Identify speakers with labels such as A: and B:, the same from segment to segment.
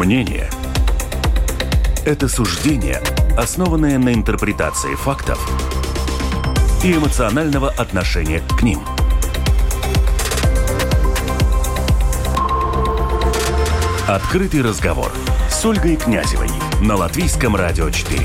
A: Мнение – это суждение, основанное на интерпретации фактов и эмоционального отношения к ним. Открытый разговор с Ольгой Князевой на Латвийском радио 4.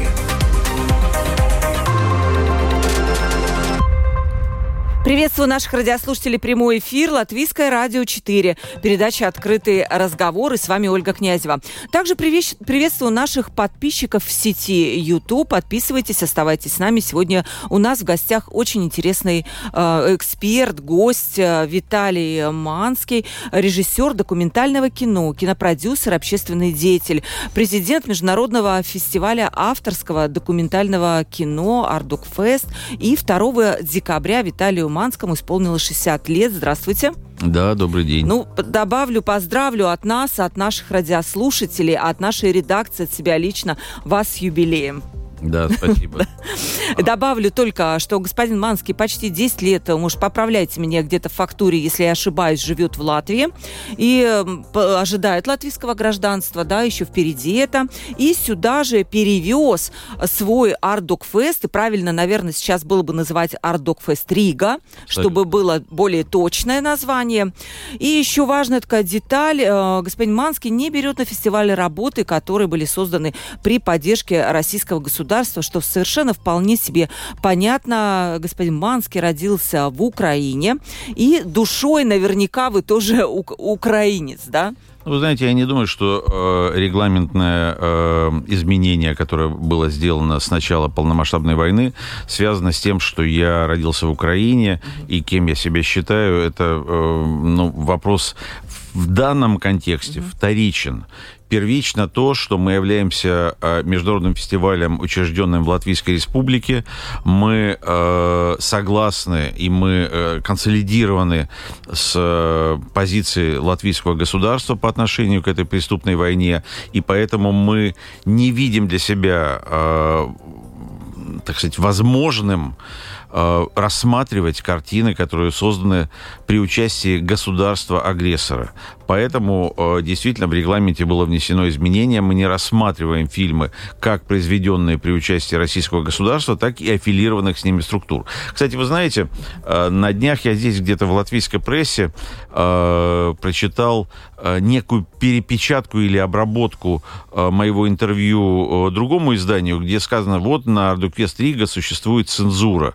B: Приветствую наших радиослушателей. Прямой эфир Латвийское радио 4. Передача «Открытый разговор». И с вами Ольга Князева. Также приветствую наших подписчиков в сети YouTube. Подписывайтесь, оставайтесь с нами. Сегодня у нас в гостях очень интересный эксперт, гость Виталий Манский, режиссер документального кино, кинопродюсер, общественный деятель, президент Международного фестиваля авторского документального кино «Ардукфест». И 2 декабря Виталию Манскому исполнилось 60 лет. Здравствуйте.
C: Да, добрый день.
B: Поздравлю от нас, от наших радиослушателей, от нашей редакции, от себя лично вас с юбилеем.
C: Да, спасибо.
B: Добавлю только, что господин Манский почти 10 лет, может, поправляйте меня где-то в фактуре, если я ошибаюсь, живет в Латвии и ожидает латвийского гражданства, да, еще впереди это. И сюда же перевез свой Ардукфест, и правильно, наверное, сейчас было бы называть Ардукфест Рига, чтобы было более точное название. И еще важная такая деталь, господин Манский не берет на фестивале работы, которые были созданы при поддержке российского государства, что совершенно вполне себе понятно. Господин Манский родился в Украине, и душой наверняка вы тоже украинец, да?
C: Вы знаете, я не думаю, что регламентное изменение, которое было сделано с начала полномасштабной войны, связано с тем, что я родился в Украине, и кем я себя считаю, это вопрос в данном контексте вторичен. Первично то, что мы являемся международным фестивалем, учрежденным в Латвийской Республике. Мы согласны и мы консолидированы с позицией латвийского государства по отношению к этой преступной войне. И поэтому мы не видим для себя, так сказать, возможным рассматривать картины, которые созданы при участии государства-агрессора. Поэтому действительно в регламенте было внесено изменение. Мы не рассматриваем фильмы как произведенные при участии российского государства, так и аффилированных с ними структур. Кстати, вы знаете, на днях я здесь где-то в латвийской прессе прочитал некую перепечатку или обработку моего интервью другому изданию, где сказано, вот на Ардукфест Рига существует цензура.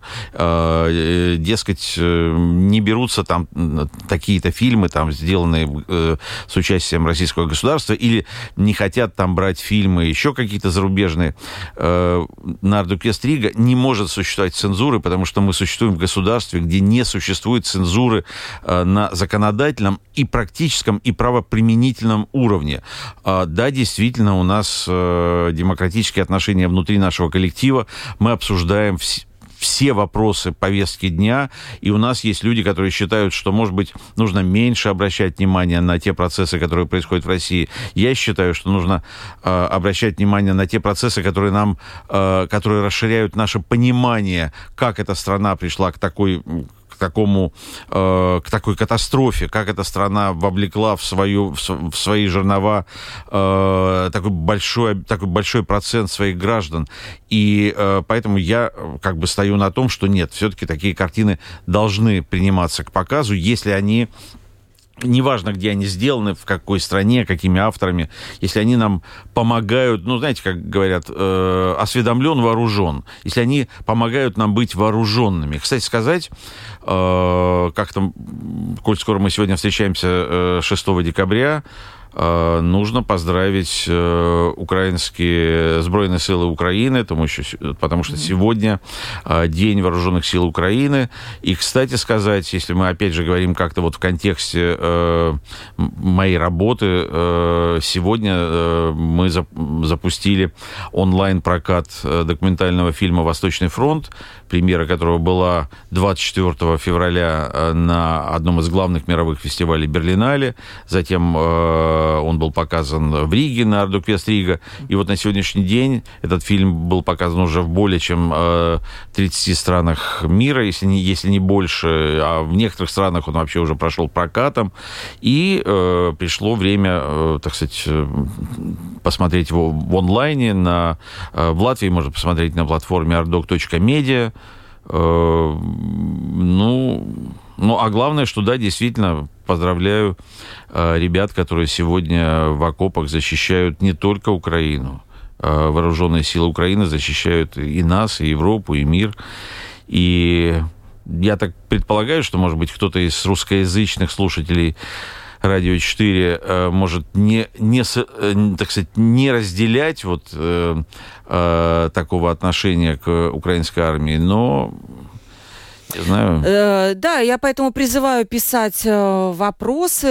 C: Дескать, не берутся там такие-то фильмы, там, сделанные с участием российского государства, или не хотят там брать фильмы еще какие-то зарубежные. На Ардукфест Рига не может существовать цензуры, потому что мы существуем в государстве, где не существует цензуры на законодательном и практическом и правоприменительном уровне. Да, действительно, у нас демократические отношения внутри нашего коллектива. Мы обсуждаем все вопросы повестки дня, и у нас есть люди, которые считают, что, может быть, нужно меньше обращать внимание на те процессы, которые происходят в России. Я считаю, что нужно обращать внимание на те процессы, которые расширяют наше понимание, как эта страна пришла к такой катастрофе, как эта страна вовлекла в свои жернова такой большой процент своих граждан. И поэтому я стою на том, что нет, все-таки такие картины должны приниматься к показу, если они... Неважно, где они сделаны, в какой стране, какими авторами, если они нам помогают, знаете, как говорят, осведомлен, вооружен, если они помогают нам быть вооруженными. Кстати сказать, как-то, коль скоро мы сегодня встречаемся 6 декабря, нужно поздравить украинские Збройные силы Украины, потому что сегодня День Вооруженных сил Украины. И, кстати сказать, если мы опять же говорим как-то в контексте моей работы, сегодня мы запустили онлайн-прокат документального фильма «Восточный фронт», премьера которого была 24 февраля на одном из главных мировых фестивалей Берлинале. Затем он был показан в Риге на Ардоквест Рига. И вот на сегодняшний день этот фильм был показан уже в более чем 30 странах мира, если не больше. А в некоторых странах он вообще уже прошел прокатом. И пришло время, так сказать, посмотреть его в онлайне. В Латвии можно посмотреть на платформе ardoc.media. А главное, что да, действительно, поздравляю ребят, которые сегодня в окопах защищают не только Украину. Вооруженные силы Украины защищают и нас, и Европу, и мир. И я так предполагаю, что, может быть, кто-то из русскоязычных слушателей Радио 4 может так сказать, не разделять такого отношения к украинской армии, но... Я знаю.
B: Да, я поэтому призываю писать вопросы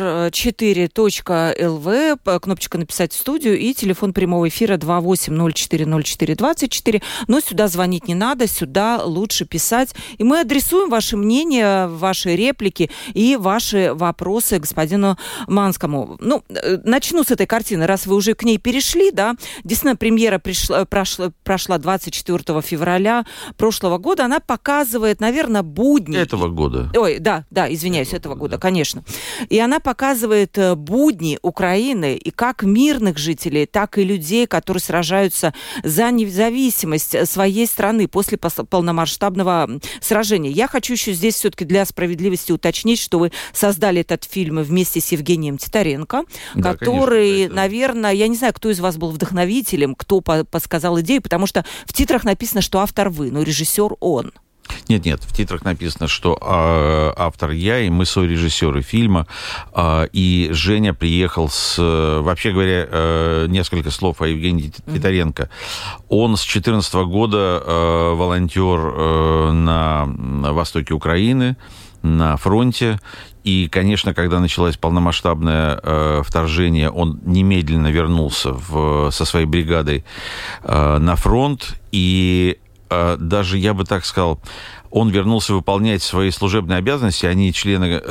B: lr4.lv, кнопочка «Написать в студию» и телефон прямого эфира 28040424. Но сюда звонить не надо, сюда лучше писать. И мы адресуем ваше мнение, ваши реплики и ваши вопросы господину Манскому. Начну с этой картины, раз вы уже к ней перешли, да. Действительно, премьера прошла 24 февраля прошлого года. Она показывает, наверное, будни...
C: Этого года.
B: Ой, да, извиняюсь, этого года, конечно. И она показывает будни Украины, и как мирных жителей, так и людей, которые сражаются за независимость своей страны после полномасштабного сражения. Я хочу еще здесь все-таки для справедливости уточнить, что вы создали этот фильм вместе с Евгением Титаренко, да, который, конечно, наверное, я не знаю, кто из вас был вдохновителем, кто подсказал идею, потому что в титрах написано, что автор вы, но режиссер он.
C: Нет, в титрах написано, что автор я, и мы сорежиссеры фильма. И Женя приехал вообще говоря, несколько слов о Евгении Титаренко. Он с 2014 года волонтер на востоке Украины, на фронте. И, конечно, когда началось полномасштабное вторжение, он немедленно вернулся со своей бригадой на фронт. И даже, я бы так сказал, он вернулся выполнять свои служебные обязанности. Они члены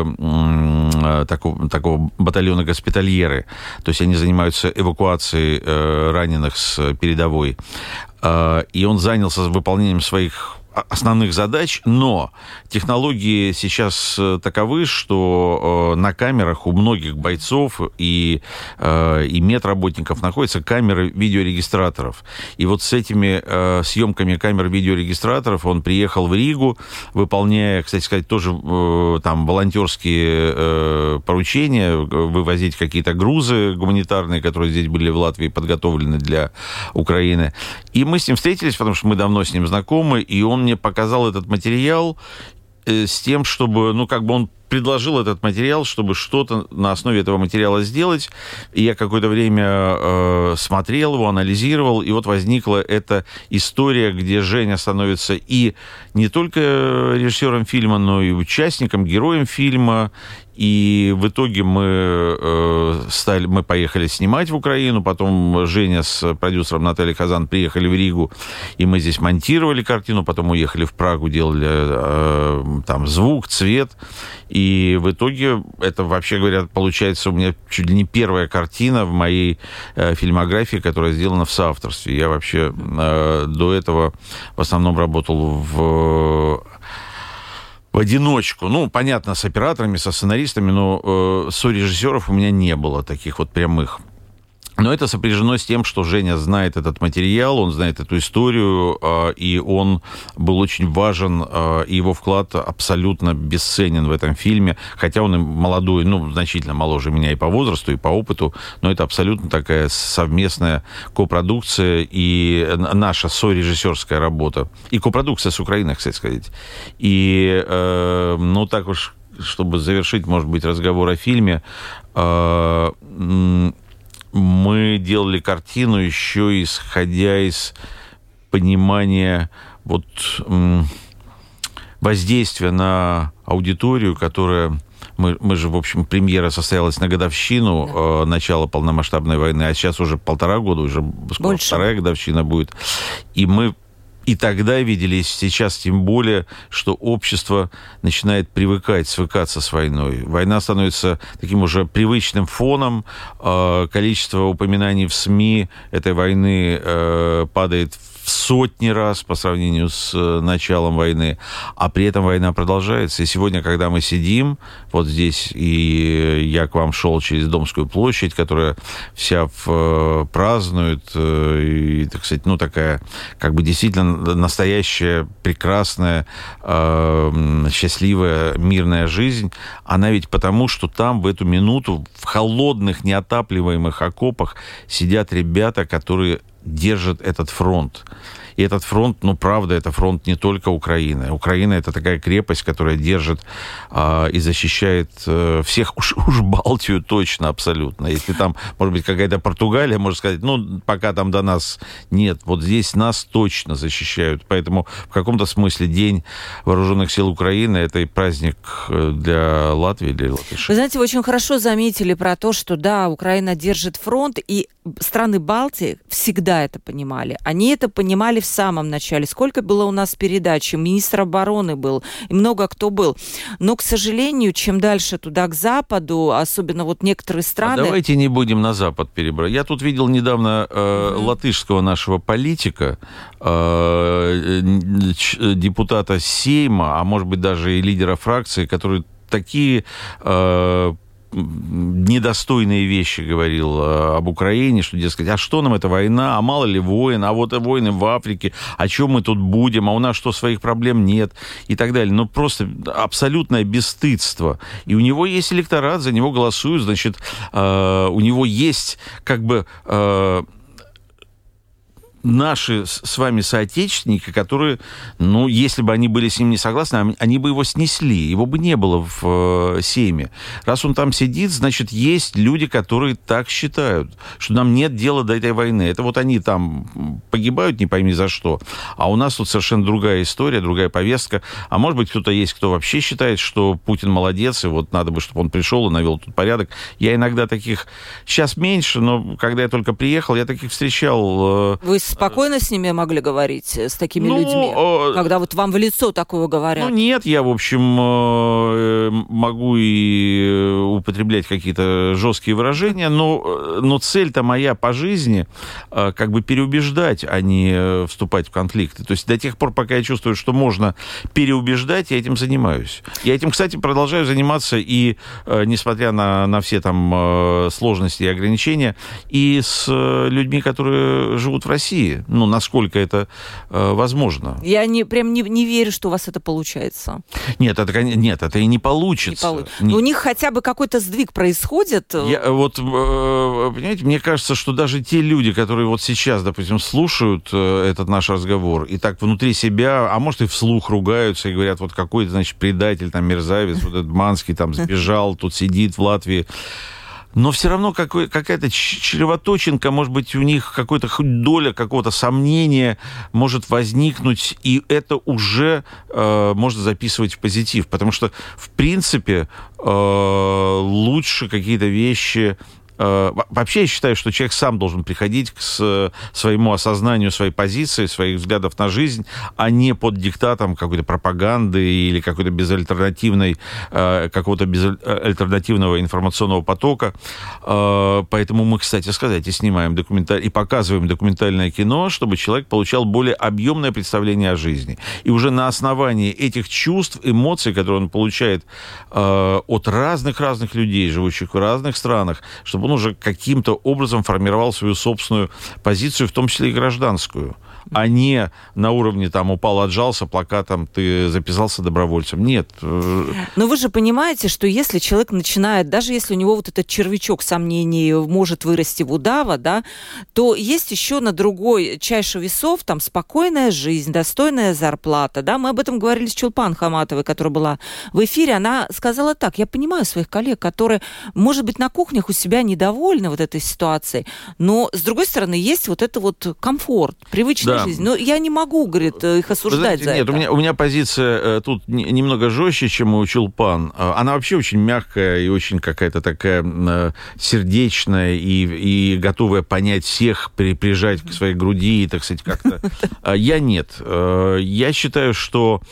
C: такого батальона госпитальеры. То есть они занимаются эвакуацией раненых с передовой. И он занялся выполнением своих основных задач, но технологии сейчас таковы, что на камерах у многих бойцов и медработников находятся камеры видеорегистраторов. И вот с этими съемками камер видеорегистраторов он приехал в Ригу, выполняя, кстати сказать, тоже там волонтерские поручения, вывозить какие-то грузы гуманитарные, которые здесь были в Латвии подготовлены для Украины. И мы с ним встретились, потому что мы давно с ним знакомы, и он мне показал этот материал с тем, чтобы, он предложил этот материал, чтобы что-то на основе этого материала сделать. И я какое-то время смотрел его, анализировал, и вот возникла эта история, где Женя становится и не только режиссером фильма, но и участником, героем фильма. И в итоге мы поехали снимать в Украину, потом Женя с продюсером Натальей Хазан приехали в Ригу, и мы здесь монтировали картину, потом уехали в Прагу, делали там звук, цвет, и в итоге это, вообще говоря, получается у меня чуть ли не первая картина в моей фильмографии, которая сделана в соавторстве. Я вообще до этого в основном работал в одиночку. Понятно, с операторами, со сценаристами, но сорежиссеров у меня не было таких вот прямых. Но это сопряжено с тем, что Женя знает этот материал, он знает эту историю, и он был очень важен, и его вклад абсолютно бесценен в этом фильме, хотя он и молодой, значительно моложе меня и по возрасту, и по опыту, но это абсолютно такая совместная копродукция и наша сорежиссерская работа. И копродукция с Украиной, кстати сказать. И, так уж, чтобы завершить, может быть, разговор о фильме, мы делали картину еще исходя из понимания воздействия на аудиторию, которая... Мы же, в общем, премьера состоялась на годовщину начала полномасштабной войны, а сейчас уже 1,5 года, уже скоро больше. Вторая годовщина будет. И мы И тогда видели, сейчас тем более, что общество начинает привыкать, свыкаться с войной. Война становится таким уже привычным фоном. Количество упоминаний в СМИ этой войны падает в сотни раз по сравнению с началом войны, а при этом война продолжается. И сегодня, когда мы сидим вот здесь, и я к вам шел через Домскую площадь, которая вся празднует, и, так сказать, ну, такая, как бы действительно настоящая, прекрасная, счастливая, мирная жизнь, она ведь потому, что там в эту минуту в холодных, неотапливаемых окопах сидят ребята, которые держит этот фронт. И этот фронт, ну, правда, это фронт не только Украины. Украина — это такая крепость, которая держит и защищает всех, уж Балтию точно, абсолютно. Если там, может быть, какая-то Португалия, можно сказать, ну, пока там до нас нет. Вот здесь нас точно защищают. Поэтому в каком-то смысле День Вооруженных сил Украины — это и праздник для Латвии, для латышей.
B: Вы знаете, вы очень хорошо заметили про то, что, да, Украина держит фронт, и страны Балтии всегда это понимали. Они это понимали в самом начале. Сколько было у нас передач, министр обороны был, и много кто был. Но, к сожалению, чем дальше туда, к западу, особенно вот некоторые страны...
C: Давайте не будем на запад перебрать. Я тут видел недавно латышского нашего политика, депутата Сейма, а может быть даже и лидера фракции, который такие... недостойные вещи говорил об Украине, что, дескать, а что нам эта война, а мало ли войн, а вот войны в Африке, о чем мы тут будем, а у нас что, своих проблем нет, и так далее. Ну, просто абсолютное бесстыдство. И у него есть электорат, за него голосуют, значит, у него есть, как бы... наши с вами соотечественники, которые, ну, если бы они были с ним не согласны, они бы его снесли, его бы не было в Сейме. Раз он там сидит, значит, есть люди, которые так считают, что нам нет дела до этой войны. Это вот они там погибают, не пойми за что, а у нас тут совершенно другая история, другая повестка. А может быть, кто-то есть, кто вообще считает, что Путин молодец, и вот надо бы, чтобы он пришел и навел тут порядок. Я иногда таких... Сейчас меньше, но когда я только приехал, я таких встречал...
B: Вы спокойно с ними могли говорить, с такими людьми, когда вот вам в лицо такое говорят?
C: Ну, нет, я, в общем, могу и употреблять какие-то жесткие выражения, но цель-то моя по жизни как бы переубеждать, а не вступать в конфликты. То есть до тех пор, пока я чувствую, что можно переубеждать, я этим занимаюсь. Я этим, кстати, продолжаю заниматься и, несмотря на все там сложности и ограничения, и с людьми, которые живут в России. Ну, насколько это возможно.
B: Я не верю, что у вас это получается.
C: Нет, это и не получится.
B: Но у них хотя бы какой-то сдвиг происходит.
C: Понимаете, мне кажется, что даже те люди, которые вот сейчас, допустим, слушают этот наш разговор и так внутри себя, а может и вслух ругаются и говорят, вот какой-то, значит, предатель, там, мерзавец, вот этот Манский там сбежал, тут сидит в Латвии. Но все равно какая-то чревоточинка, может быть, у них какая-то доля какого-то сомнения может возникнуть, и это уже можно записывать в позитив. Потому что, в принципе, лучше какие-то вещи... Вообще, я считаю, что человек сам должен приходить к своему осознанию своей позиции, своих взглядов на жизнь, а не под диктатом какой-то пропаганды или какого-то безальтернативного информационного потока. Поэтому мы, кстати сказать, и снимаем и показываем документальное кино, чтобы человек получал более объемное представление о жизни. И уже на основании этих чувств, эмоций, которые он получает от разных людей, живущих в разных странах, чтобы он уже каким-то образом формировал свою собственную позицию, в том числе и гражданскую, а не на уровне там упал, отжался плакатом, ты записался добровольцем. Нет.
B: Но вы же понимаете, что если человек начинает, даже если у него вот этот червячок сомнений может вырасти в удава, да, то есть еще на другой чаше весов там спокойная жизнь, достойная зарплата, да. Мы об этом говорили с Чулпан Хаматовой, которая была в эфире. Она сказала так: я понимаю своих коллег, которые, может быть, на кухнях у себя недовольны вот этой ситуацией, но, с другой стороны, есть вот это вот комфорт, привычная личной жизни. Но я не могу, говорит, их осуждать за
C: это. Нет, у меня позиция тут немного жестче, чем у Чулпан. Она вообще очень мягкая и очень какая-то такая сердечная и готовая понять всех, прижать к своей груди и, так сказать, как-то... Я нет. Я считаю, что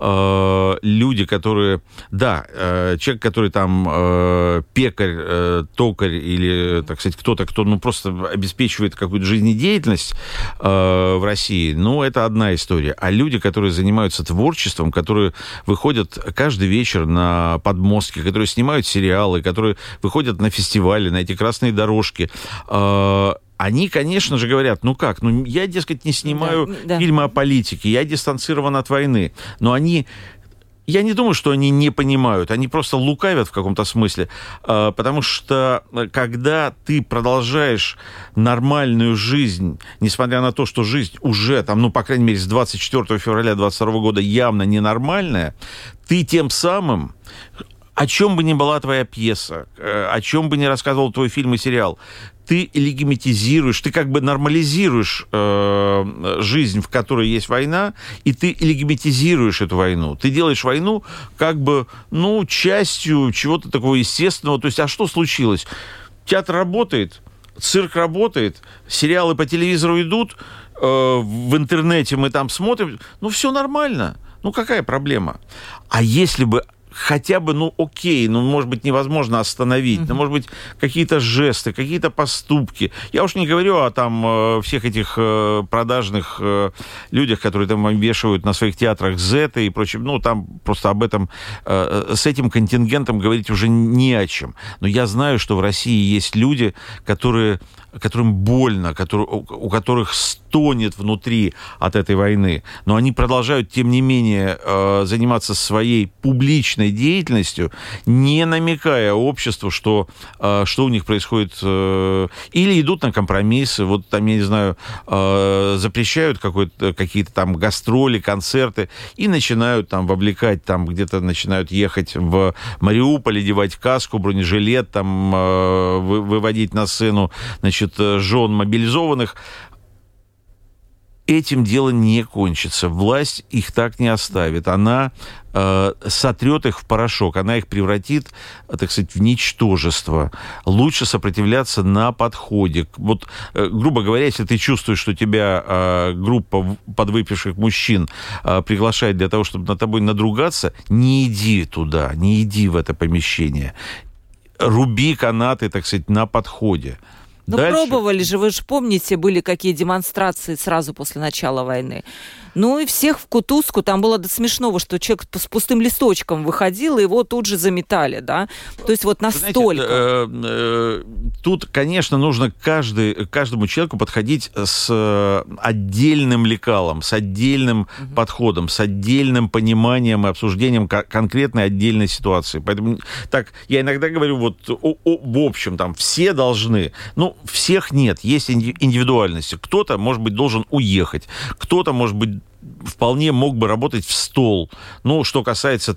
C: люди, которые... Да, человек, который там пекарь, токарь или, так сказать, кто-то, кто просто обеспечивает какую-то жизнедеятельность в России, это одна история. А люди, которые занимаются творчеством, которые выходят каждый вечер на подмостки, которые снимают сериалы, которые выходят на фестивали, на эти красные дорожки, они, конечно же, говорят, я, дескать, не снимаю фильмы о политике, я дистанцирован от войны. Но я не думаю, что они не понимают, они просто лукавят в каком-то смысле, потому что когда ты продолжаешь нормальную жизнь, несмотря на то, что жизнь уже, по крайней мере, с 24 февраля 2022 года явно ненормальная, ты тем самым... О чем бы ни была твоя пьеса, о чем бы ни рассказывал твой фильм и сериал, ты легитимизируешь, ты как бы нормализируешь жизнь, в которой есть война, и ты легитимизируешь эту войну. Ты делаешь войну как бы, частью чего-то такого естественного. То есть, а что случилось? Театр работает, цирк работает, сериалы по телевизору идут, в интернете мы там смотрим, все нормально. Какая проблема? А если бы хотя бы, окей, может быть, невозможно остановить, может быть, какие-то жесты, какие-то поступки. Я уж не говорю о всех этих продажных людях, которые там вешают на своих театрах Z и прочее. Там просто об этом, с этим контингентом говорить уже не о чем. Но я знаю, что в России есть люди, которым больно, у которых стонет внутри от этой войны, но они продолжают, тем не менее, заниматься своей публичной деятельностью, не намекая обществу, что у них происходит, или идут на компромиссы, я не знаю, запрещают какие-то там гастроли, концерты, и начинают вовлекать, где-то начинают ехать в Мариуполь, одевать каску, бронежилет, выводить на сцену, жен мобилизованных. Этим дело не кончится. Власть их так не оставит. Она сотрет их в порошок. Она их превратит, так сказать, в ничтожество. Лучше сопротивляться на подходе. Грубо говоря, если ты чувствуешь, что тебя группа подвыпивших мужчин приглашает для того, чтобы над тобой надругаться, не иди туда, не иди в это помещение. Руби канаты, так сказать, на подходе.
B: Пробовали же, вы же помните, были какие демонстрации сразу после начала войны. И всех в кутузку, там было до смешного, что человек с пустым листочком выходил, и его тут же заметали, да? То есть настолько.
C: Знаете, тут, конечно, нужно каждому человеку подходить с отдельным лекалом, с отдельным подходом, с отдельным пониманием и обсуждением конкретной отдельной ситуации. Поэтому я иногда говорю, в общем, все должны, всех нет, есть индивидуальности. Кто-то, может быть, должен уехать, кто-то, может быть, вполне мог бы работать в стол. Что касается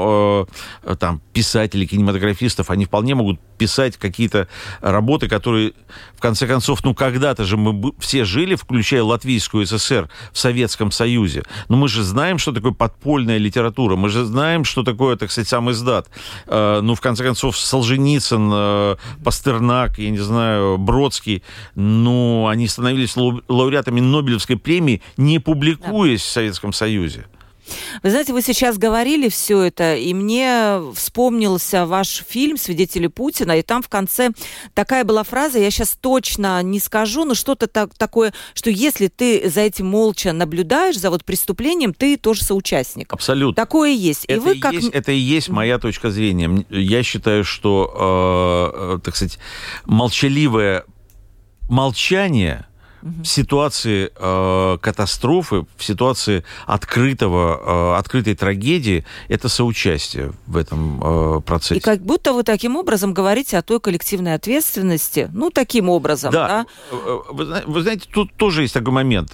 C: писателей, кинематографистов, они вполне могут писать какие-то работы, которые, в конце концов, когда-то же мы все жили, включая Латвийскую ССР, в Советском Союзе. Но мы же знаем, что такое подпольная литература, мы же знаем, что такое, так сказать, сам издат. В конце концов, Солженицын, Пастернак, я не знаю, Бродский, они становились лауреатами Нобелевской премии, не публикуя в Советском Союзе.
B: Вы знаете, вы сейчас говорили все это, и мне вспомнился ваш фильм «Свидетели Путина», и там в конце такая была фраза, я сейчас точно не скажу, но что-то такое, что если ты за этим молча наблюдаешь, за преступлением, ты тоже соучастник.
C: Абсолютно.
B: Такое есть.
C: Это и есть моя точка зрения. Я считаю, что, так сказать, молчаливое молчание в ситуации катастрофы, в ситуации открытой трагедии, это соучастие в этом процессе. И
B: как будто вы таким образом говорите о той коллективной ответственности, таким образом.
C: Да. Вы знаете, тут тоже есть такой момент.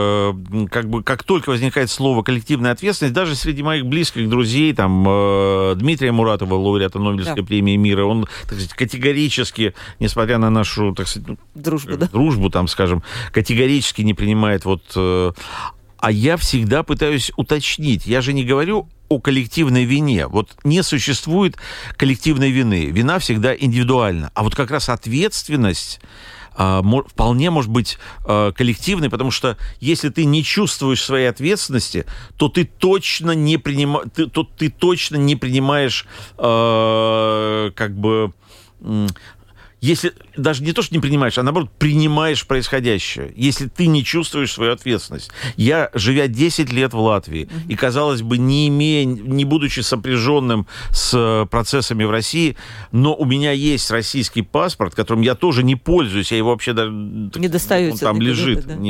C: Как только возникает слово «коллективная ответственность», даже среди моих близких друзей, Дмитрия Муратова, лауреата Нобелевской премии мира, он, так сказать, категорически, несмотря на нашу, так сказать, дружбу, скажем, категорически не принимает вот... А я всегда пытаюсь уточнить. Я же не говорю о коллективной вине. Вот не существует коллективной вины. Вина всегда индивидуальна. А вот как раз ответственность вполне может быть коллективной, потому что если ты не чувствуешь своей ответственности, то ты точно не принимаешь как бы... Если даже не то, что не принимаешь, а наоборот, принимаешь происходящее, если ты не чувствуешь свою ответственность. Я, живя 10 лет в Латвии, и, казалось бы, не будучи сопряженным с процессами в России, но у меня есть российский паспорт, которым я тоже не пользуюсь, я его вообще даже...
B: Не достаете.
C: Он там лежит. Да?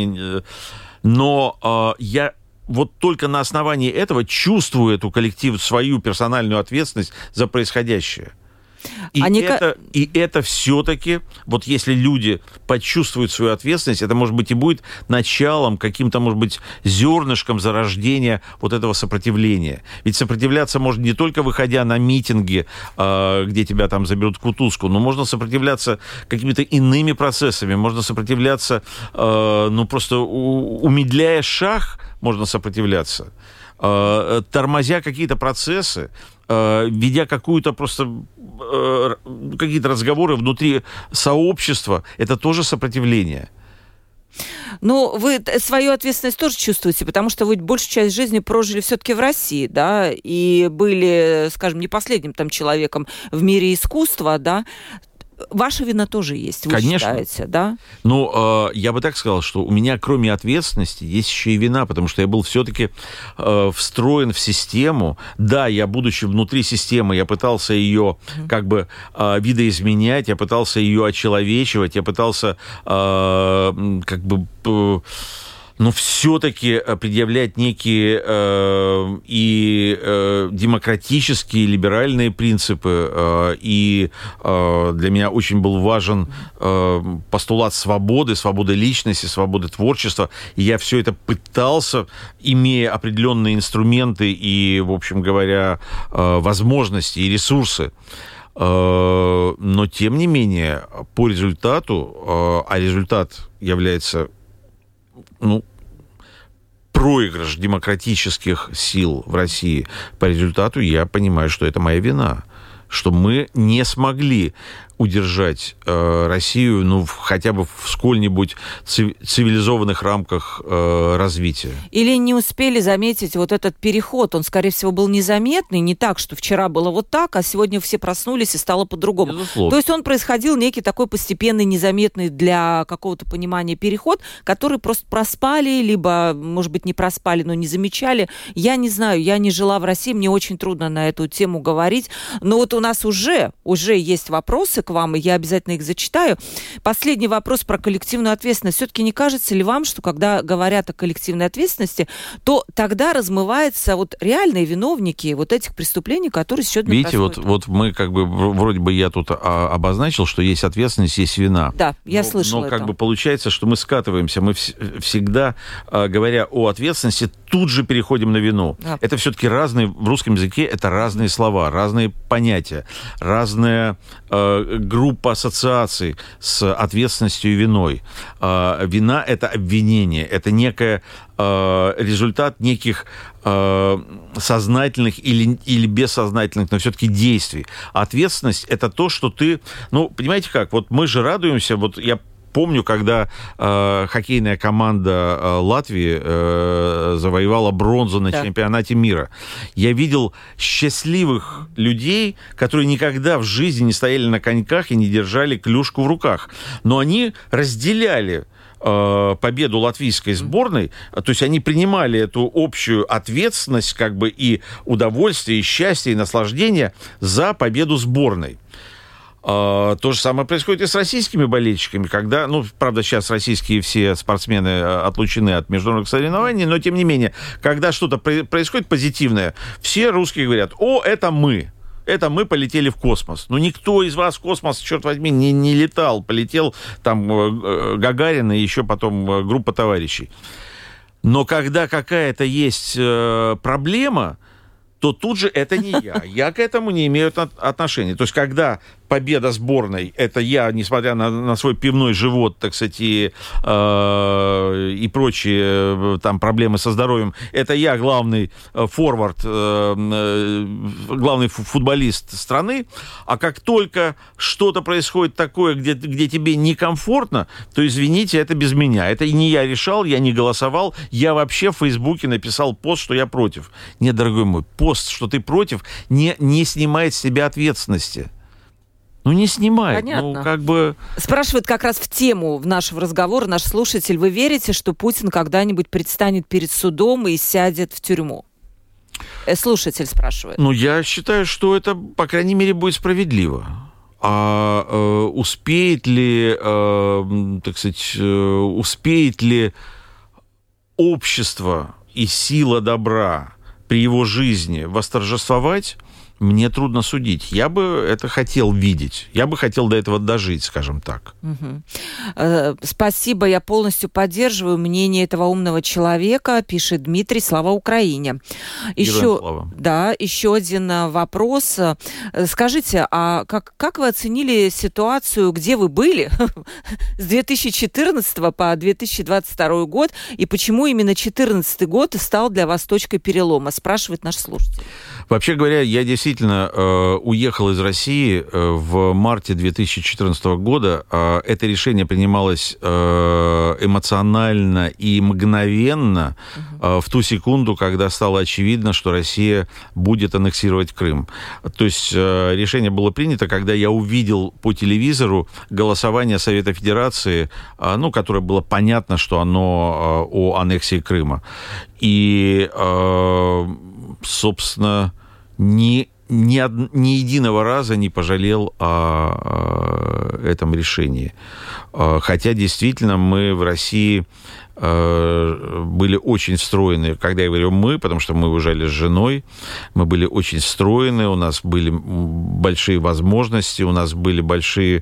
C: Но я... Вот только на основании этого чувствую эту свою персональную ответственность за происходящее. И это все-таки, вот если люди почувствуют свою ответственность, это, может быть, и будет началом, каким-то, может быть, зернышком зарождения вот этого сопротивления. Ведь сопротивляться можно не только выходя на митинги, где тебя там заберут в кутузку, но можно сопротивляться какими-то иными процессами, можно сопротивляться, просто умедляя шаг, можно сопротивляться, тормозя какие-то процессы, ведя какие-то разговоры внутри сообщества, это тоже сопротивление.
B: Ну, вы свою ответственность тоже чувствуете, потому что вы большую часть жизни прожили все-таки в России, да, и были, скажем, не последним там человеком в мире искусства, да. Ваша вина тоже есть, вы считаете, да?
C: Ну, я бы так сказал, что у меня, кроме ответственности, есть еще и вина, потому что я был все-таки встроен в систему. Да, я, будучи внутри системы, я пытался ее как бы видоизменять, я пытался ее очеловечивать, я пытался как бы... но все-таки предъявлять некие демократические, либеральные принципы. И для меня очень был важен постулат свободы личности, свободы творчества. И я все это пытался, имея определенные инструменты и, в общем говоря, возможности и ресурсы. Но, тем не менее, по результату, а результат является... проигрыш демократических сил в России, по результату я понимаю, что это моя вина, что мы не смогли удержать Россию, хотя бы в сколь-нибудь цивилизованных рамках развития.
B: Или не успели заметить вот этот переход, он, скорее всего, был незаметный, не так, что вчера было вот так, а сегодня все проснулись и стало по-другому.
C: Безусловно.
B: То есть он происходил некий такой постепенный, незаметный для какого-то понимания переход, который просто проспали, либо, может быть, не проспали, но не замечали. Я не знаю, я не жила в России, мне очень трудно на эту тему говорить, но вот у нас уже есть вопросы к вам, и я обязательно их зачитаю. Последний вопрос про коллективную ответственность. Все-таки не кажется ли вам, что когда говорят о коллективной ответственности, то тогда размываются вот реальные виновники вот этих преступлений, которые сегодня происходят?
C: Видите, вот мы как бы, вроде бы я тут обозначил, что есть ответственность, есть вина.
B: Да, я слышала это.
C: Но как бы получается, что мы скатываемся, мы всегда, говоря о ответственности, тут же переходим на вину. Да. Это все-таки разные, в русском языке это разные слова, разные понятия, разная группа ассоциаций с ответственностью и виной. Вина — это обвинение, это некое результат неких сознательных или бессознательных, но все-таки действий. Ответственность — это то, что ты... понимаете как, вот мы же радуемся, вот я помню, когда хоккейная команда Латвии завоевала бронзу на чемпионате мира. Я видел счастливых людей, которые никогда в жизни не стояли на коньках и не держали клюшку в руках. Но они разделяли победу латвийской сборной, то есть они принимали эту общую ответственность, как бы и удовольствие, и счастье, и наслаждение за победу сборной. То же самое происходит и с российскими болельщиками, когда, правда, сейчас российские все спортсмены отлучены от международных соревнований, но, тем не менее, когда что-то происходит позитивное, все русские говорят: «О, это мы полетели в космос». Никто из вас в космос, черт возьми, не летал. Полетел там Гагарин и еще потом группа товарищей. Но когда какая-то есть проблема, то тут же это не я. Я к этому не имею отношения. То есть, когда победа сборной, это я, несмотря на свой пивной живот, так сказать, и прочие там проблемы со здоровьем, это я главный форвард, главный футболист страны, а как только что-то происходит такое, где тебе некомфортно, то, извините, это без меня. Это не я решал, я не голосовал, я вообще в Фейсбуке написал пост, что я против. Нет, дорогой мой, пост, что ты против, не снимает с себя ответственности. Не снимает.
B: Понятно. Спрашивает как раз в тему нашего разговора наш слушатель. Вы верите, что Путин когда-нибудь предстанет перед судом и сядет в тюрьму? Слушатель спрашивает.
C: Я считаю, что это, по крайней мере, будет справедливо. А успеет ли общество и сила добра при его жизни восторжествовать, мне трудно судить. Я бы это хотел видеть. Я бы хотел до этого дожить, скажем так.
B: Спасибо, я полностью поддерживаю мнение этого умного человека, пишет Дмитрий. Слава Украине. Еще один вопрос. Скажите, а как вы оценили ситуацию, где вы были с 2014 по 2022 год, и почему именно 2014 год стал для вас точкой перелома, спрашивает наш слушатель.
C: Вообще говоря, я действительно уехал из России в марте 2014 года. Это решение принималось эмоционально и мгновенно в ту секунду, когда стало очевидно, что Россия будет аннексировать Крым. То есть решение было принято, когда я увидел по телевизору голосование Совета Федерации, которое было понятно, что оно о аннексии Крыма. И, собственно, ни единого раза не пожалел о этом решении. Хотя, действительно, мы в России были очень встроены. Когда я говорю «мы», потому что мы уезжали с женой, мы были очень встроены, у нас были большие возможности, у нас были большие,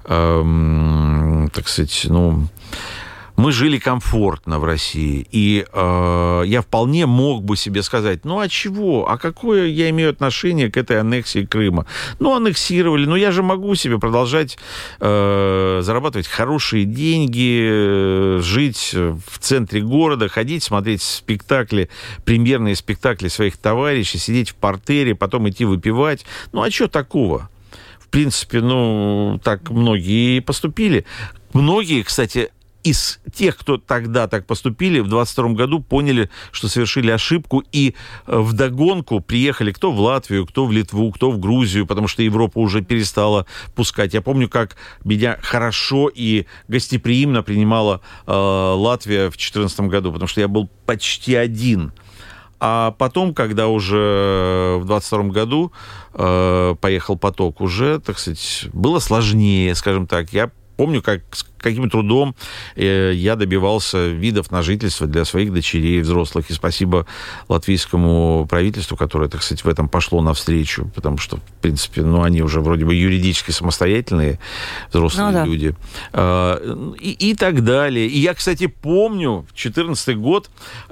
C: так сказать, мы жили комфортно в России, и я вполне мог бы себе сказать, а чего, а какое я имею отношение к этой аннексии Крыма? Аннексировали, я же могу себе продолжать зарабатывать хорошие деньги, жить в центре города, ходить, смотреть спектакли, премьерные спектакли своих товарищей, сидеть в партере, потом идти выпивать. А что такого? В принципе, так многие поступили. Многие, кстати, из тех, кто тогда так поступили, в 22 году поняли, что совершили ошибку, и вдогонку приехали кто в Латвию, кто в Литву, кто в Грузию, потому что Европа уже перестала пускать. Я помню, как меня хорошо и гостеприимно принимала Латвия в 2014 году, потому что я был почти один. А потом, когда уже в 22 году поехал поток, уже, так сказать, было сложнее, скажем так. Я помню, с каким трудом я добивался видов на жительство для своих дочерей взрослых. И спасибо латвийскому правительству, которое, так сказать, в этом пошло навстречу. Потому что, в принципе, они уже вроде бы юридически самостоятельные взрослые люди. И так далее. И я, кстати, помню 2014 год,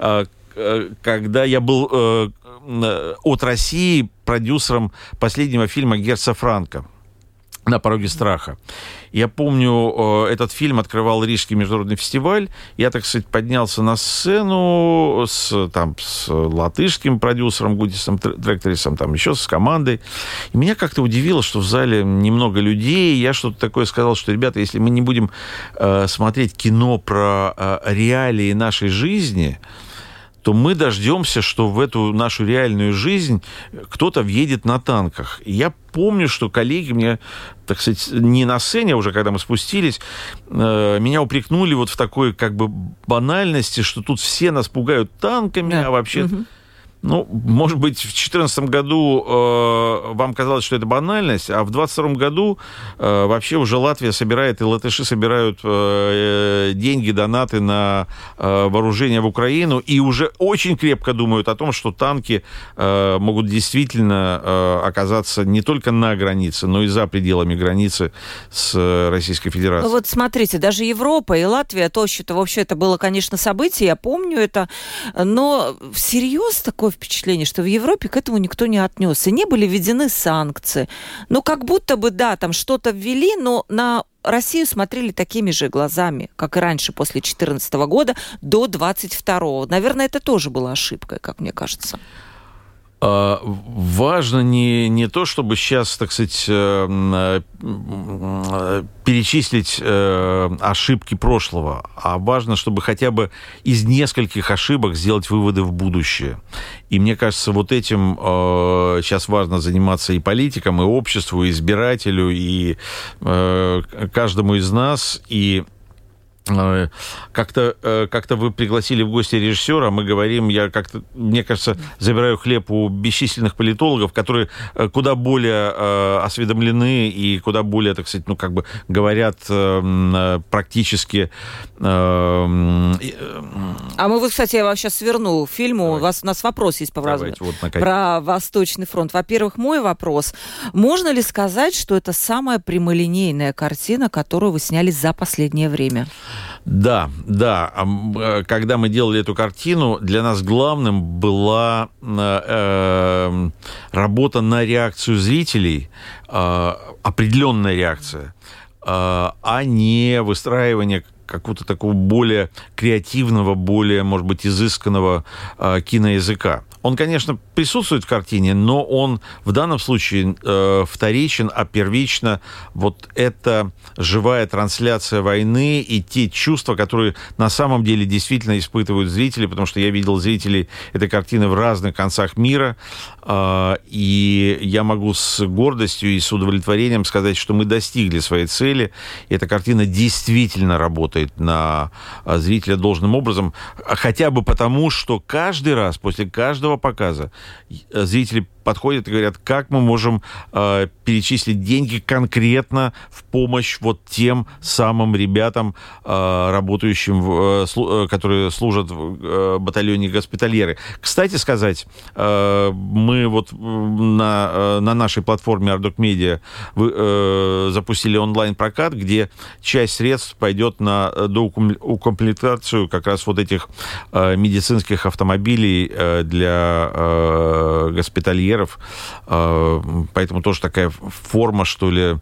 C: когда я был от России продюсером последнего фильма Герца Франка «На пороге страха». Я помню, этот фильм открывал Рижский международный фестиваль. Я, так сказать, поднялся на сцену с латышским продюсером Гудисом Тректорисом, еще с командой. И меня как-то удивило, что в зале немного людей. Я что-то такое сказал, что, ребята, если мы не будем смотреть кино про реалии нашей жизни, то мы дождемся, что в эту нашу реальную жизнь кто-то въедет на танках. И я помню, что коллеги мне, так сказать, не на сцене, а уже когда мы спустились, меня упрекнули в такой банальности, что тут все нас пугают танками, а вообще... может быть, в 2014 году вам казалось, что это банальность, а в 2022 году вообще уже Латвия собирает, и латыши собирают деньги, донаты на вооружение в Украину, и уже очень крепко думают о том, что танки могут действительно оказаться не только на границе, но и за пределами границы с Российской Федерацией.
B: Смотрите, даже Европа и Латвия, вообще это было, конечно, событие, я помню это, но всерьез такое впечатление, что в Европе к этому никто не отнесся. Не были введены санкции. Но как будто бы, да, там что-то ввели, но на Россию смотрели такими же глазами, как и раньше, после 2014 года до 2022. Наверное, это тоже была ошибкой, как мне кажется.
C: Важно не то, чтобы сейчас, так сказать, перечислить ошибки прошлого, а важно, чтобы хотя бы из нескольких ошибок сделать выводы в будущее. И мне кажется, вот этим сейчас важно заниматься и политикам, и обществу, и избирателю, и каждому из нас, и как-то вы пригласили в гости режиссера, мы говорим, мне кажется, забираю хлеб у бесчисленных политологов, которые куда более осведомлены и куда более, так сказать, говорят практически. А
B: мы, кстати, я вас сейчас сверну фильму. У нас вопрос есть про Восточный фронт. Во-первых, мой вопрос. Можно ли сказать, что это самая прямолинейная картина, которую вы сняли за последнее время?
C: Да. Когда мы делали эту картину, для нас главным была работа на реакцию зрителей, определенная реакция, а не выстраивание какого-то такого более креативного, более, может быть, изысканного киноязыка. Он, конечно, присутствует в картине, но он в данном случае вторичен, а первично вот эта живая трансляция войны и те чувства, которые на самом деле действительно испытывают зрители, потому что я видел зрителей этой картины в разных концах мира, и я могу с гордостью и с удовлетворением сказать, что мы достигли своей цели, и эта картина действительно работает на зрителя должным образом, хотя бы потому, что каждый раз после каждого показа зрители подходят и говорят, как мы можем перечислить деньги конкретно в помощь вот тем самым ребятам, работающим, которые служат в батальоне госпитальеры. Кстати сказать, мы вот на нашей платформе Ardok Media запустили онлайн-прокат, где часть средств пойдет на доукомплектацию как раз вот этих медицинских автомобилей для госпитальеров. Поэтому тоже такая форма, что ли.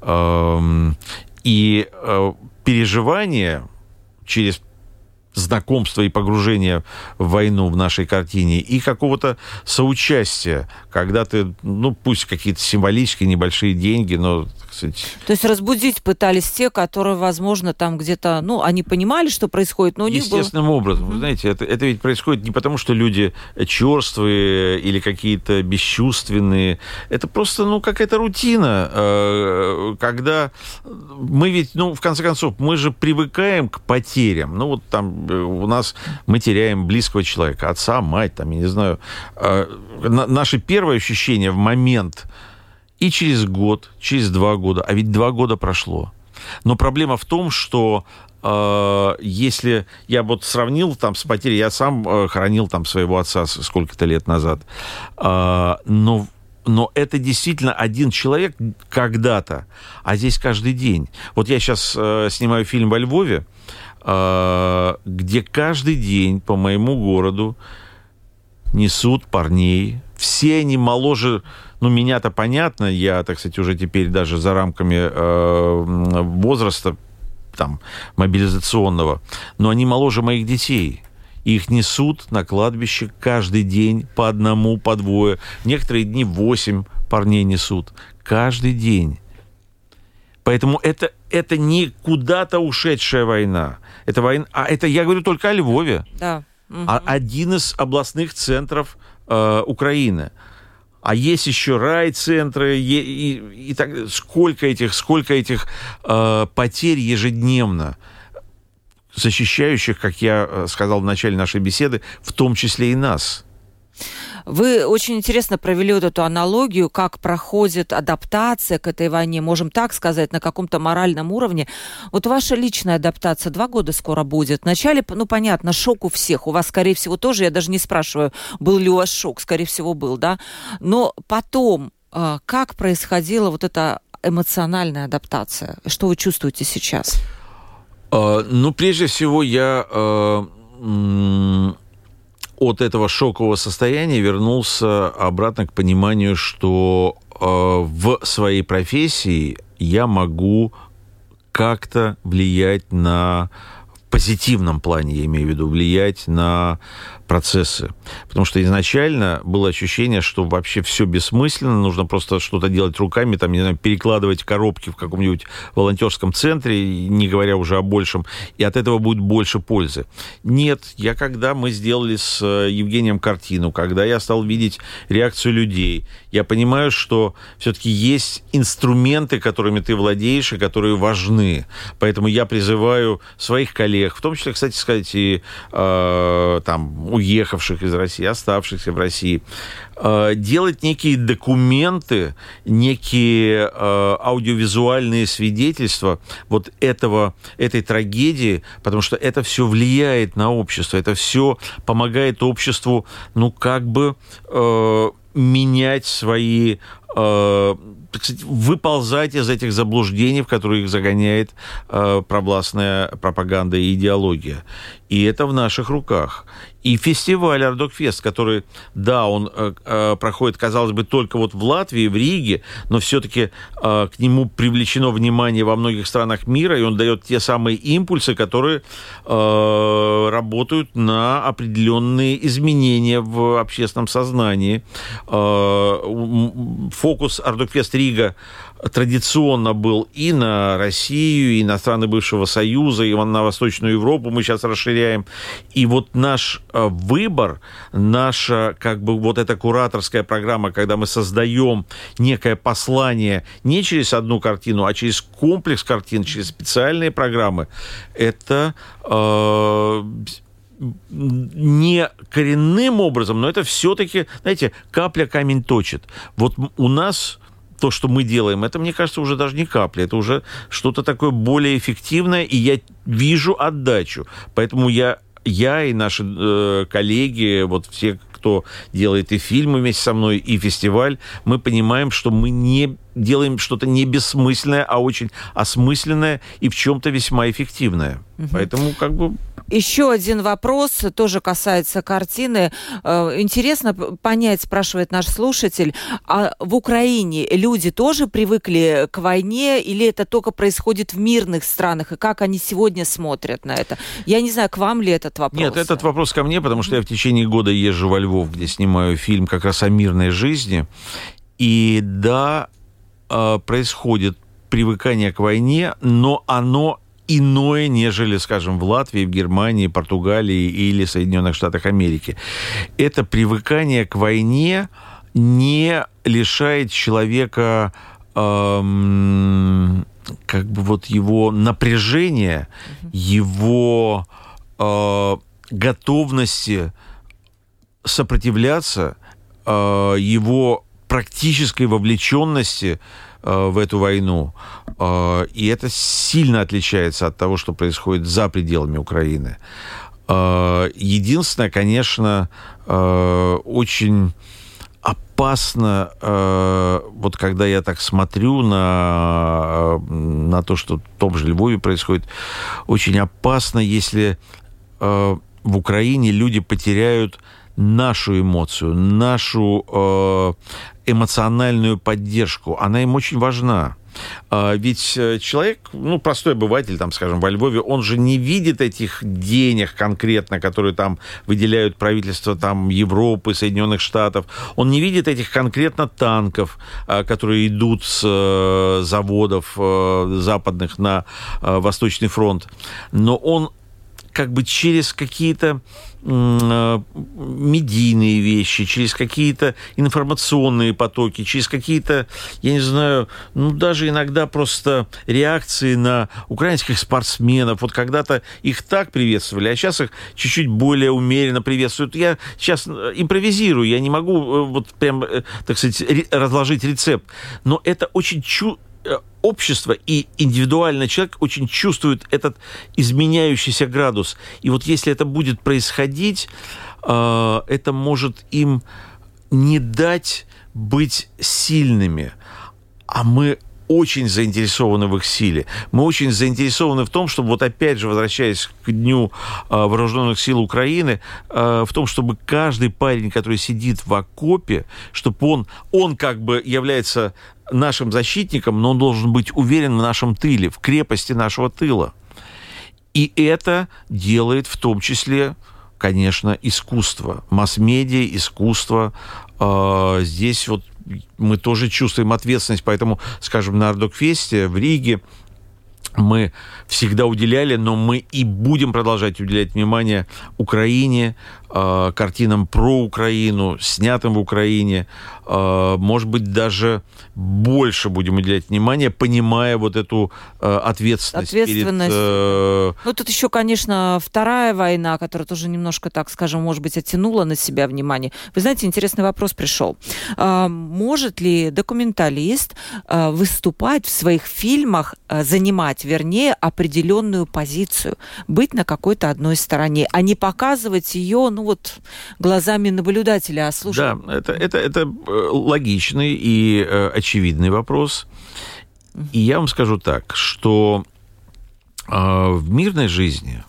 C: И переживание через знакомство и погружение в войну в нашей картине и какого-то соучастия, когда ты, пусть какие-то символические небольшие деньги, но, так сказать...
B: То есть разбудить пытались те, которые, возможно, там где-то, они понимали, что происходит, но у них было...
C: Естественным образом. Вы знаете, это ведь происходит не потому, что люди черствые или какие-то бесчувственные. Это просто, какая-то рутина, когда мы ведь, в конце концов, мы же привыкаем к потерям. У нас мы теряем близкого человека, отца, мать, я не знаю. Наши первые ощущения в момент и через год, через 2 года, а ведь 2 года прошло. Но проблема в том, что если я сравнил с потерей, я сам хоронил своего отца сколько-то лет назад, но это действительно один человек когда-то, а здесь каждый день. Вот я сейчас снимаю фильм во Львове, где каждый день по моему городу несут парней. Все они моложе, меня-то понятно, я, так сказать, уже теперь даже за рамками возраста мобилизационного, но они моложе моих детей. Их несут на кладбище каждый день по одному, по двое. Некоторые дни 8 парней несут. Каждый день. Поэтому это не куда-то ушедшая война. Это война, это я говорю только о Львове.
B: Да.
C: Один из областных центров Украины. А есть еще райцентры, и так, сколько этих потерь ежедневно, защищающих, как я сказал в начале нашей беседы, в том числе и нас.
B: Вы очень интересно провели вот эту аналогию, как проходит адаптация к этой войне, можем так сказать, на каком-то моральном уровне. Вот ваша личная адаптация 2 года скоро будет. Вначале, понятно, шок у всех. У вас, скорее всего, тоже, я даже не спрашиваю, был ли у вас шок, скорее всего, был, да? Но потом, как происходила вот эта эмоциональная адаптация? Что вы чувствуете сейчас?
C: Прежде всего, я от этого шокового состояния вернулся обратно к пониманию, что в своей профессии я могу как-то влиять в позитивном плане, я имею в виду, влиять на процессы. Потому что изначально было ощущение, что вообще все бессмысленно, нужно просто что-то делать руками, там, не знаю, перекладывать коробки в каком-нибудь волонтерском центре, не говоря уже о большем, и от этого будет больше пользы. Нет, когда мы сделали с Евгением картину, когда я стал видеть реакцию людей, я понимаю, что все-таки есть инструменты, которыми ты владеешь и которые важны. Поэтому я призываю своих коллег, в том числе, кстати сказать, и уехавших из России, оставшихся в России, делать некие документы, некие аудиовизуальные свидетельства вот этой трагедии, потому что это все влияет на общество, это все помогает обществу, менять свои, так сказать, выползать из этих заблуждений, в которые их загоняет провластная пропаганда и идеология. И это в наших руках. И фестиваль «Ардокфест», который, он проходит, казалось бы, только вот в Латвии, в Риге, но все-таки к нему привлечено внимание во многих странах мира, и он дает те самые импульсы, которые работают на определенные изменения в общественном сознании. Фокус «Ардокфест Рига» традиционно был и на Россию, и на страны бывшего Союза, и на Восточную Европу мы сейчас расширяем. И вот наш выбор, наша эта кураторская программа, когда мы создаем некое послание не через одну картину, а через комплекс картин, через специальные программы, это не коренным образом, но это все-таки, знаете, капля камень точит. Вот у нас то, что мы делаем, это, мне кажется, уже даже не капля, это уже что-то такое более эффективное, и я вижу отдачу. Поэтому я и наши коллеги, вот все, кто делает и фильмы вместе со мной, и фестиваль, мы понимаем, что мы не делаем что-то не бессмысленное, а очень осмысленное и в чем-то весьма эффективное. Поэтому
B: Еще один вопрос, тоже касается картины. Интересно понять, спрашивает наш слушатель, а в Украине люди тоже привыкли к войне, или это только происходит в мирных странах, и как они сегодня смотрят на это? Я не знаю, к вам ли этот вопрос?
C: Нет, этот вопрос ко мне, потому что я в течение года езжу во Львов, где снимаю фильм как раз о мирной жизни. И происходит привыкание к войне, но оно иное, нежели, скажем, в Латвии, в Германии, Португалии или Соединенных Штатах Америки. Это привыкание к войне не лишает человека его напряжения, его готовности сопротивляться, его практической вовлеченности в эту войну. И это сильно отличается от того, что происходит за пределами Украины. Единственное, конечно, очень опасно, вот когда я так смотрю на то, что в том же Львове происходит, очень опасно, если в Украине люди потеряют нашу эмоцию, нашу эмоциональную поддержку. Она им очень важна. Ведь человек, простой обыватель, скажем, во Львове, он же не видит этих денег конкретно, которые там выделяют правительство Европы, Соединенных Штатов. Он не видит этих конкретно танков, которые идут с заводов западных на Восточный фронт. Но он через какие-то медийные вещи, через какие-то информационные потоки, через какие-то, я не знаю, даже иногда просто реакции на украинских спортсменов. Вот когда-то их так приветствовали, а сейчас их чуть-чуть более умеренно приветствуют. Я сейчас импровизирую, я не могу так сказать, разложить рецепт, но это очень общество и индивидуально человек очень чувствует этот изменяющийся градус. И вот если это будет происходить, это может им не дать быть сильными. А мы очень заинтересованы в их силе. Мы очень заинтересованы в том, чтобы, вот опять же, возвращаясь к Дню Вооруженных сил Украины, в том, чтобы каждый парень, который сидит в окопе, чтобы он как бы является нашим защитником, но он должен быть уверен в нашем тыле, в крепости нашего тыла. И это делает в том числе, конечно, искусство, масс-медиа, искусство. Здесь вот мы тоже чувствуем ответственность, поэтому, скажем, на Ардокфесте в Риге мы всегда уделяли, но мы и будем продолжать уделять внимание Украине, картинам про Украину, снятым в Украине. Может быть, даже больше будем уделять внимание, понимая вот эту ответственность.
B: Ну, тут еще, конечно, Вторая война, которая тоже немножко, так скажем, может быть, оттянула на себя внимание. Вы знаете, интересный вопрос пришел. Может ли документалист выступать в своих фильмах, занимать, вернее, определенную позицию, быть на какой-то одной стороне, а не показывать ее, ну вот, глазами наблюдателя, а слушать?
C: Да, это логичный и очевидный вопрос. И я вам скажу так, что в мирной жизни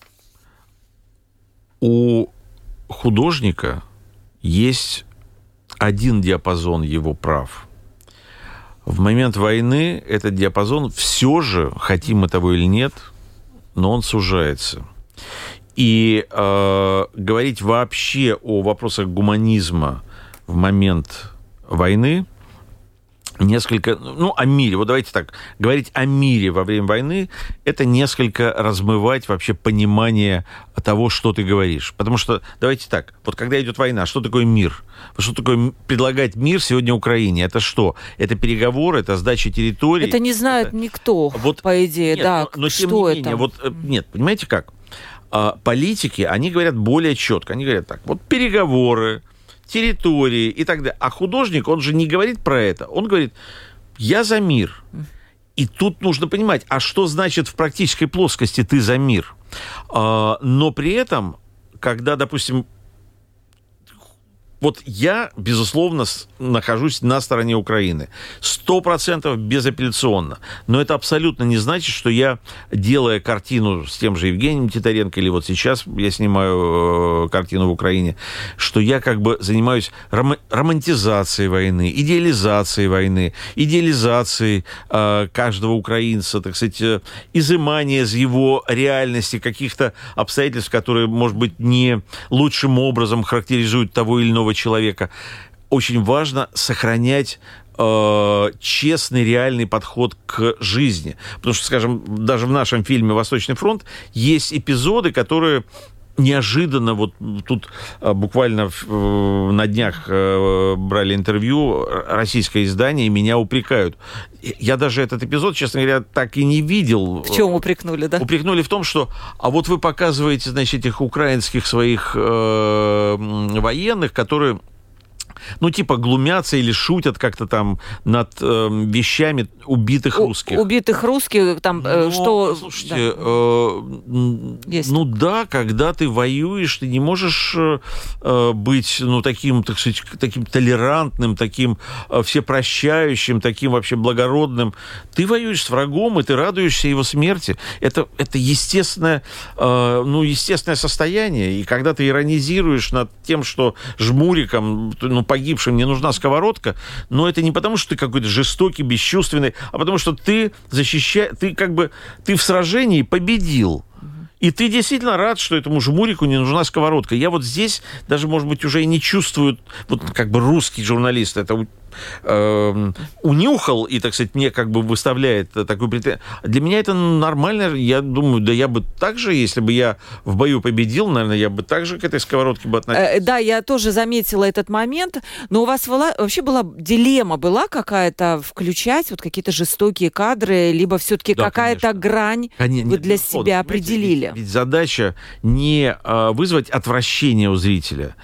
C: у художника есть один диапазон его прав. В момент войны этот диапазон все же, хотим мы того или нет, но он сужается. И говорить вообще о вопросах гуманизма в момент войны несколько... Ну, о мире. Вот давайте так. Говорить о мире во время войны – это несколько размывать вообще понимание того, что ты говоришь. Потому что, давайте так, вот когда идет война, что такое мир? Что такое предлагать мир сегодня Украине? Это что? Это переговоры, это сдача территорий?
B: Это не знает никто, вот, по идее,
C: нет,
B: да.
C: Но тем не менее, вот, нет, понимаете как? Политики, они говорят более четко. Они говорят так, вот переговоры, территории и так далее. А художник, он же не говорит про это. Он говорит, я за мир. И тут нужно понимать, а что значит в практической плоскости ты за мир? Но при этом, когда, допустим, вот я, безусловно, нахожусь на стороне Украины. 100% безапелляционно. Но это абсолютно не значит, что я, делая картину с тем же Евгением Титаренко, или вот сейчас я снимаю картину в Украине, что я как бы занимаюсь романтизацией войны, идеализацией войны, идеализацией каждого украинца, так сказать, изымание из его реальности каких-то обстоятельств, которые, может быть, не лучшим образом характеризуют того или иного человека. Очень важно сохранять честный, реальный подход к жизни. Потому что, скажем, даже в нашем фильме «Восточный фронт» есть эпизоды, которые неожиданно, вот тут буквально на днях брали интервью, российское издание, и меня упрекают. Я даже этот эпизод, честно говоря, так и не видел.
B: В чем упрекнули, да?
C: Упрекнули в том, что, а вот вы показываете, значит, этих украинских своих военных, которые, ну, типа, глумятся или шутят как-то там над вещами убитых русских.
B: Убитых русских, там, что...
C: Слушайте, ну да, когда ты воюешь, ты не можешь быть, ну, таким, так сказать, таким толерантным, таким всепрощающим, таким вообще благородным. Ты воюешь с врагом, и ты радуешься его смерти. Это естественное, ну, естественное состояние. И когда ты иронизируешь над тем, что жмуриком, ну, погибшим не нужна сковородка, но это не потому, что ты какой-то жестокий, бесчувственный, а потому что ты защищаешь, ты как бы, ты в сражении победил. И ты действительно рад, что этому жмурику не нужна сковородка. Я вот здесь даже, может быть, уже и не чувствую, вот как бы русский журналист это унюхал и, так сказать, мне как бы выставляет такую претензию. Для меня это нормально. Я думаю, да я бы так же, если бы я в бою победил, наверное, я бы так же к этой сковородке бы относился.
B: Да, я тоже заметила этот момент. Но у вас вообще была дилемма, была какая-то включать вот какие-то жестокие кадры, либо все-таки да, какая-то конечно. Грань вы для себя определили?
C: Ведь задача не вызвать отвращение у зрителя.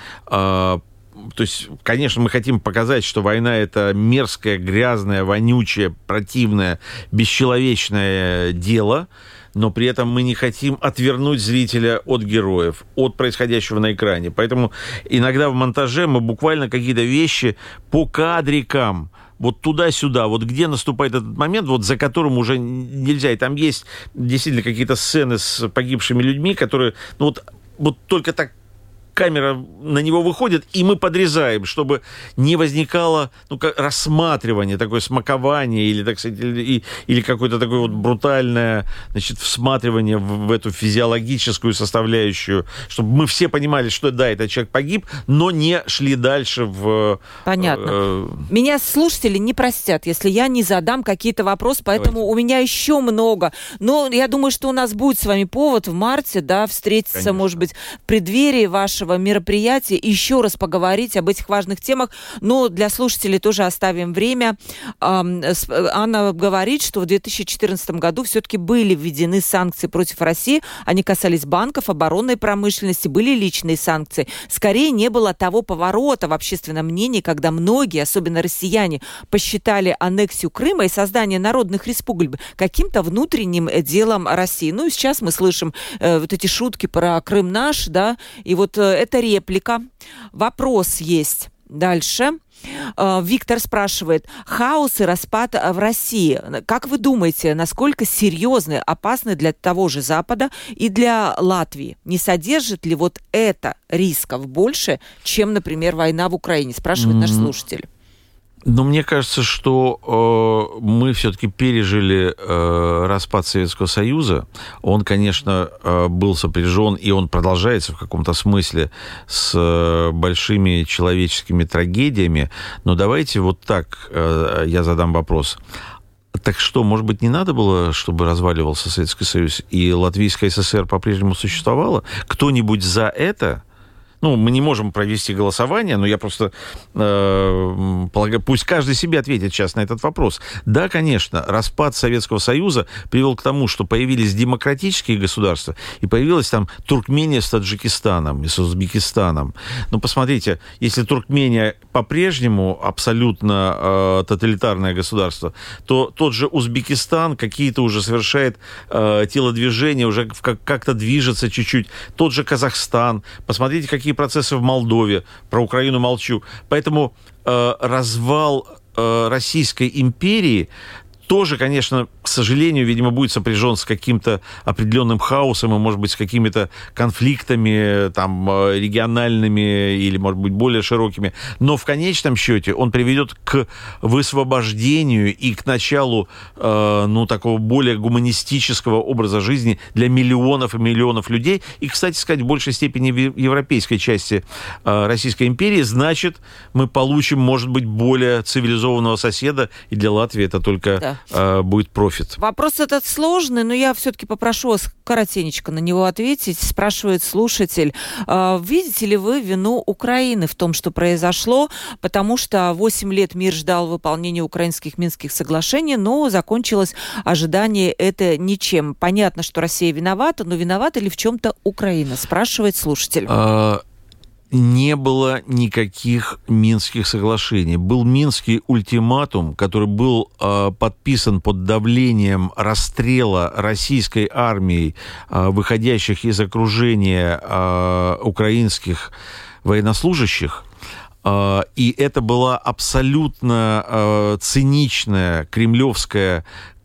C: То есть, конечно, мы хотим показать, что война – это мерзкое, грязное, вонючее, противное, бесчеловечное дело, но при этом мы не хотим отвернуть зрителя от героев, от происходящего на экране. Поэтому иногда в монтаже мы буквально какие-то вещи по кадрикам вот туда-сюда, вот где наступает этот момент, вот за которым уже нельзя. И там есть действительно какие-то сцены с погибшими людьми, которые, ну, вот только так камера на него выходит, и мы подрезаем, чтобы не возникало, ну, как рассматривание, такое смакование или, так сказать, или какое-то такое вот брутальное, значит, всматривание в эту физиологическую составляющую, чтобы мы все понимали, что да, этот человек погиб, но не шли дальше в...
B: Понятно. Меня слушатели не простят, если я не задам какие-то вопросы, поэтому у меня еще много. Но я думаю, что у нас будет с вами повод в марте, да, встретиться, конечно, может быть, в преддверии вашего мероприятия, еще раз поговорить об этих важных темах, но для слушателей тоже оставим время. Анна говорит, что в 2014 году все-таки были введены санкции против России, они касались банков, оборонной промышленности, были личные санкции. Скорее не было того поворота в общественном мнении, когда многие, особенно россияне, посчитали аннексию Крыма и создание народных республик каким-то внутренним делом России. Ну и сейчас мы слышим вот эти шутки про Крым наш, да, и вот это реплика. Вопрос есть. Дальше. Виктор спрашивает. Хаос и распад в России. Как вы думаете, насколько серьезны, опасны для того же Запада и для Латвии? Не содержит ли вот это рисков больше, чем, например, война в Украине? Спрашивает наш слушатель.
C: Но мне кажется, что мы все-таки пережили распад Советского Союза. Он, конечно, был сопряжен, и он продолжается в каком-то смысле с большими человеческими трагедиями. Но давайте вот так я задам вопрос. Так что, может быть, не надо было, чтобы разваливался Советский Союз, и Латвийская ССР по-прежнему существовала? Кто-нибудь за это... Ну, мы не можем провести голосование, но я просто полагаю, пусть каждый себе ответит сейчас на этот вопрос. Да, конечно, распад Советского Союза привел к тому, что появились демократические государства, и появилась там Туркмения с Таджикистаном и с Узбекистаном. Но посмотрите, если Туркмения по-прежнему абсолютно тоталитарное государство, то тот же Узбекистан какие-то уже совершает телодвижения, уже как-то движется чуть-чуть. Тот же Казахстан. Посмотрите, какие процессы в Молдове. Про Украину молчу. Поэтому развал Российской империи тоже, конечно, к сожалению, видимо, будет сопряжен с каким-то определенным хаосом и, может быть, с какими-то конфликтами там, региональными или, может быть, более широкими. Но в конечном счете он приведет к высвобождению и к началу такого более гуманистического образа жизни для миллионов и миллионов людей. И, кстати сказать, в большей степени в европейской части Российской империи. Значит, мы получим, может быть, более цивилизованного соседа. И для Латвии это только... будет профит.
B: Вопрос этот сложный, но я все-таки попрошу вас коротенечко на него ответить. Спрашивает слушатель, видите ли вы вину Украины в том, что произошло? Потому что 8 лет мир ждал выполнения украинских Минских соглашений, но закончилось ожидание это ничем. Понятно, что Россия виновата, но виновата ли в чем-то Украина? Спрашивает слушатель.
C: Не было никаких Минских соглашений. Был Минский ультиматум, который был подписан под давлением расстрела российской армией, выходящих из окружения украинских военнослужащих. И это была абсолютно циничная кремлевский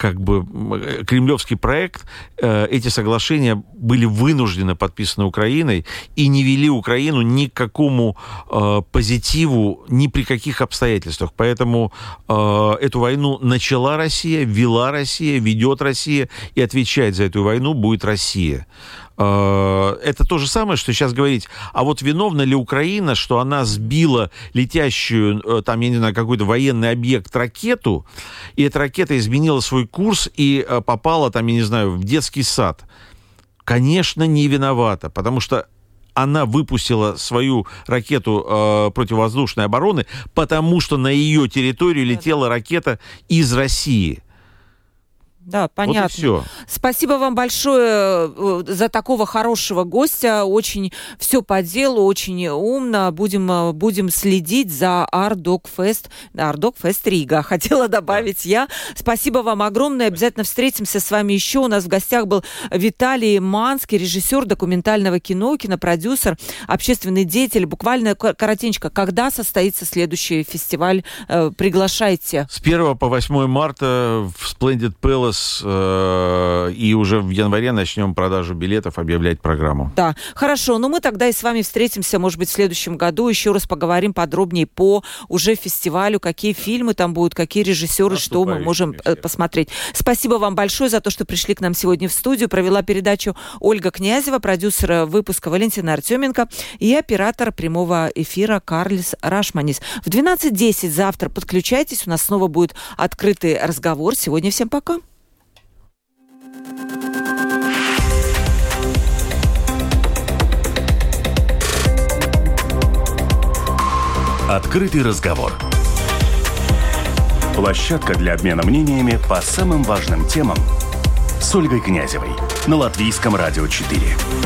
C: проект. Эти соглашения были вынуждены подписаны Украиной и не вели Украину ни к какому позитиву, ни при каких обстоятельствах. Поэтому эту войну начала Россия, вела Россия, ведет Россия, и отвечать за эту войну будет Россия. Это то же самое, что сейчас говорить, а вот виновна ли Украина, что она сбила летящую, там, я не знаю, какой-то военный объект, ракету, и эта ракета изменила свой курс и попала, там, я не знаю, в детский сад. Конечно, не виновата, потому что она выпустила свою ракету противовоздушной обороны, потому что на ее территорию летела ракета из России.
B: Да, понятно.
C: Вот и все.
B: Спасибо вам большое за такого хорошего гостя. Очень все по делу, очень умно. Будем следить за Art Dog Fest Рига. Хотела добавить я. Спасибо вам огромное. Обязательно встретимся с вами еще. У нас в гостях был Виталий Манский, режиссер документального кино, кинопродюсер, общественный деятель. Буквально коротенько. Когда состоится следующий фестиваль? Приглашайте.
C: С 1 по 8 марта в Splendid Palace, и уже в январе начнем продажу билетов, объявлять программу.
B: Да, хорошо. Но мы тогда и с вами встретимся, может быть, в следующем году. Еще раз поговорим подробнее по уже фестивалю, какие фильмы там будут, какие режиссеры, что мы можем посмотреть. Спасибо вам большое за то, что пришли к нам сегодня в студию. Провела передачу Ольга Князева, продюсер выпуска Валентина Артеменко и оператор прямого эфира Карлис Рашманис. В 12:10 завтра подключайтесь. У нас снова будет открытый разговор. Сегодня всем пока.
A: Открытый разговор. Площадка для обмена мнениями по самым важным темам с Ольгой Князевой на Латвийском радио 4.